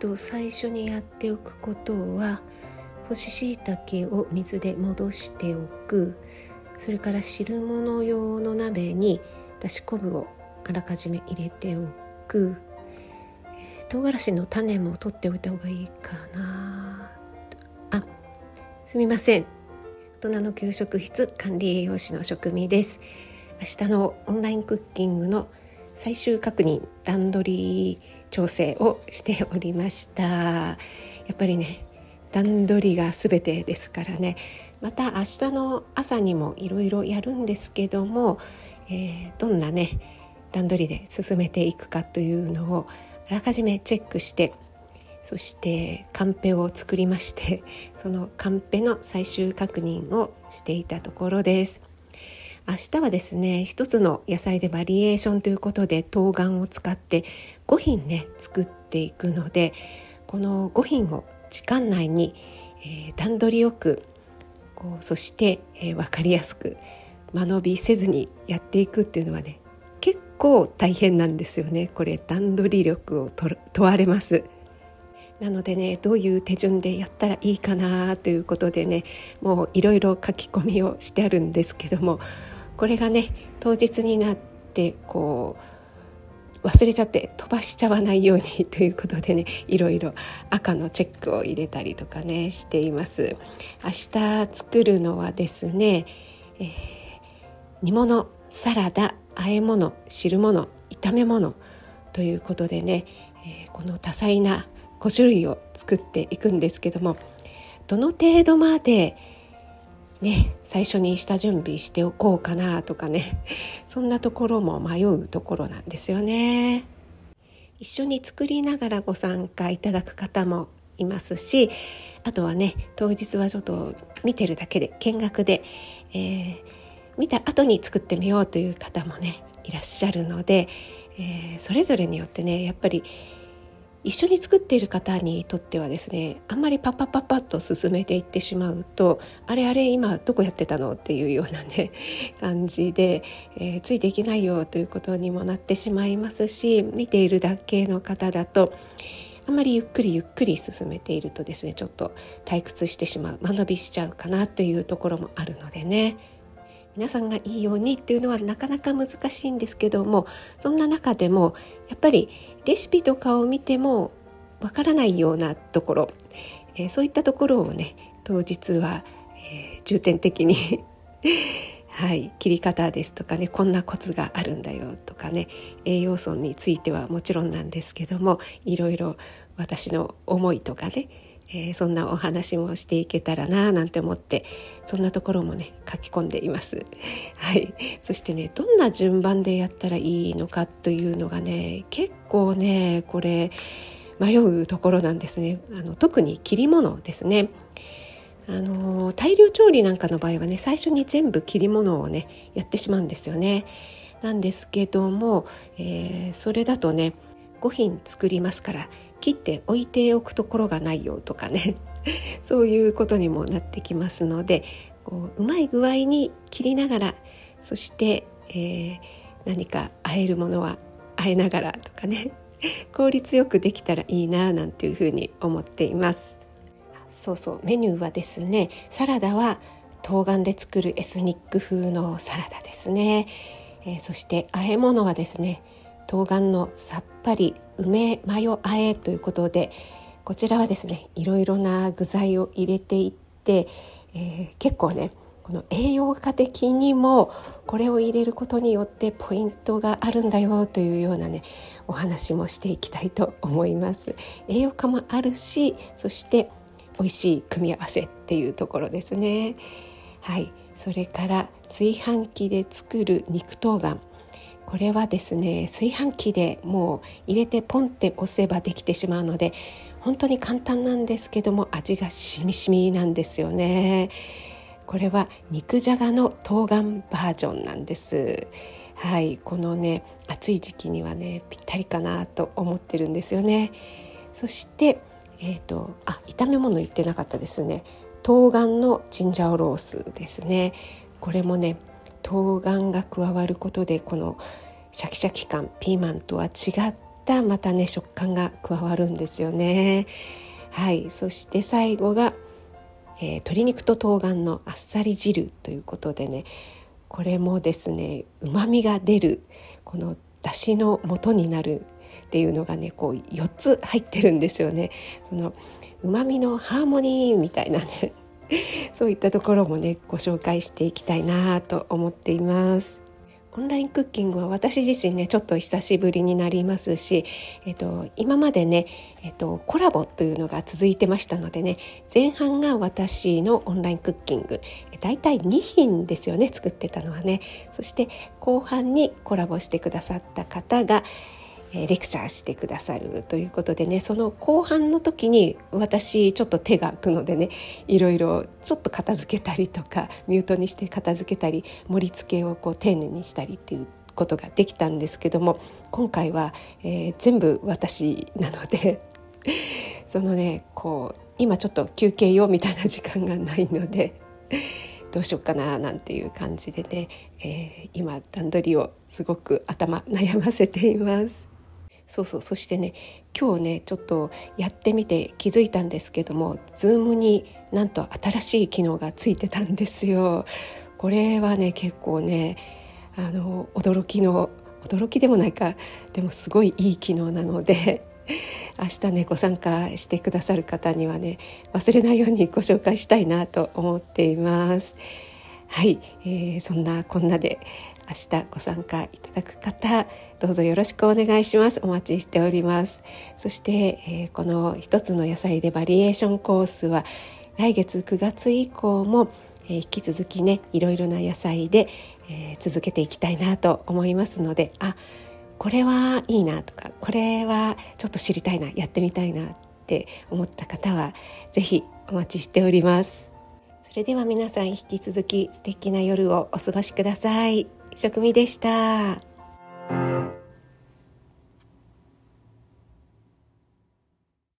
最初にやっておくことは、干し椎茸を水で戻しておく、それから汁物用の鍋にだし昆布をあらかじめ入れておく、唐辛子の種も取っておいた方がいいかな。すみません、大人の給食室管理栄養士の食味です。明日のオンラインクッキングの最終確認、段取り調整をしておりました。やっぱりね、段取りが全てですからね。また明日の朝にもいろいろやるんですけども、どんなね段取りで進めていくかというのをあらかじめチェックして、そしてカンペを作りまして、そのカンペの最終確認をしていたところです。明日はですね、一つの野菜でバリエーションということで冬瓜を使って5品ね作っていくので、この5品を時間内に、段取りよくそして、分かりやすく間延びせずにやっていくっていうのはね、結構大変なんですよね。これ段取り力を問われます。なのでね、どういう手順でやったらいいかなということでね、もういろいろ書き込みをしてあるんですけども、これがね当日になって忘れちゃって飛ばしちゃわないようにということでね、いろいろ赤のチェックを入れたりとかねしています。明日作るのはですね、煮物、サラダ、和え物、汁物、炒め物ということでね、この多彩な5種類を作っていくんですけども、どの程度までね最初に下準備しておこうかなとかね、そんなところも迷うところなんですよね。一緒に作りながらご参加いただく方もいますし、あとはね当日はちょっと見てるだけで見学で、見た後に作ってみようという方もねいらっしゃるので、それぞれによってねやっぱり一緒に作っている方にとってはですね、あんまりパッパッパッパッと進めていってしまうと、あれ今どこやってたのっていうようなね感じで、ついていけないよということにもなってしまいますし、見ているだけの方だとあんまりゆっくり進めているとですね、ちょっと退屈してしまう、間延びしちゃうかなというところもあるのでね、皆さんがいいようにっていうのはなかなか難しいんですけども、そんな中でもやっぱりレシピとかを見てもわからないようなところ、そういったところをね当日は、重点的にはい、切り方ですとかね、こんなコツがあるんだよとかね、栄養素についてはもちろんなんですけども、いろいろ私の思いとかね、そんなお話もしていけたらななんて思って、そんなところもね書き込んでいます。はい、そしてね、どんな順番でやったらいいのかというのがね結構ねこれ迷うところなんですね。特に切り物ですね。大量調理なんかの場合はね、最初に全部切り物をねやってしまうんですよね。なんですけども、それだとね5品作りますから切って置いておくところがないよとかねそういうことにもなってきますので、うまい具合に切りながら、そして、何か和えるものは和えながらとかね効率よくできたらいいななんていうふうに思っています。そうメニューはですね、サラダは冬瓜で作るエスニック風のサラダですね。そして和え物はですね、冬瓜のさっぱり梅マヨ和えということで、こちらはですねいろいろな具材を入れていって、結構ねこの栄養価的にもこれを入れることによってポイントがあるんだよというようなねお話もしていきたいと思います。栄養価もあるし、そして美味しい組み合わせっていうところですね。はい、それから炊飯器で作る肉冬瓜、これはですね炊飯器でもう入れてポンって押せばできてしまうので、本当に簡単なんですけども味がしみしみなんですよね。これは肉じゃがの冬瓜バージョンなんです。はい、このね暑い時期にはねぴったりかなと思ってるんですよね。そして炒め物言ってなかったですね。冬瓜のチンジャオロースですね。これもね冬瓜が加わることでこのシャキシャキ感、ピーマンとは違ったまたね食感が加わるんですよね。はい、そして最後が、鶏肉と冬瓜のあっさり汁ということでね、これもですね旨味が出るこの出汁の元になるっていうのがねこう4つ入ってるんですよね。その旨味のハーモニーみたいなねそういったところもねご紹介していきたいなと思っています。オンラインクッキングは私自身ねちょっと久しぶりになりますし、今までね、コラボというのが続いてましたのでね、前半が私のオンラインクッキングだいたい2品ですよね、作ってたのはね。そして後半にコラボしてくださった方がレクチャーしてくださるということでね、その後半の時に私ちょっと手が空くのでね、いろいろちょっと片付けたりとかミュートにして片付けたり盛り付けをこう丁寧にしたりっていうことができたんですけども、今回は、全部私なのでそのねこう今ちょっと休憩よみたいな時間がないのでどうしようかななんていう感じでね、今段取りをすごく頭悩ませています。そしてね今日ねちょっとやってみて気づいたんですけども、Zoom になんと新しい機能がついてたんですよ。これはね結構ね驚きでもないか、でもすごいいい機能なので明日ねご参加してくださる方にはね忘れないようにご紹介したいなと思っています。はい、そんなこんなで明日ご参加いただく方どうぞよろしくお願いします。お待ちしております。そして、この一つの野菜でバリエーションコースは来月9月以降も、引き続きねいろいろな野菜で、続けていきたいなと思いますので、これはいいなとかこれはちょっと知りたいなやってみたいなって思った方はぜひお待ちしております。それでは皆さん引き続き素敵な夜をお過ごしください。食味でした。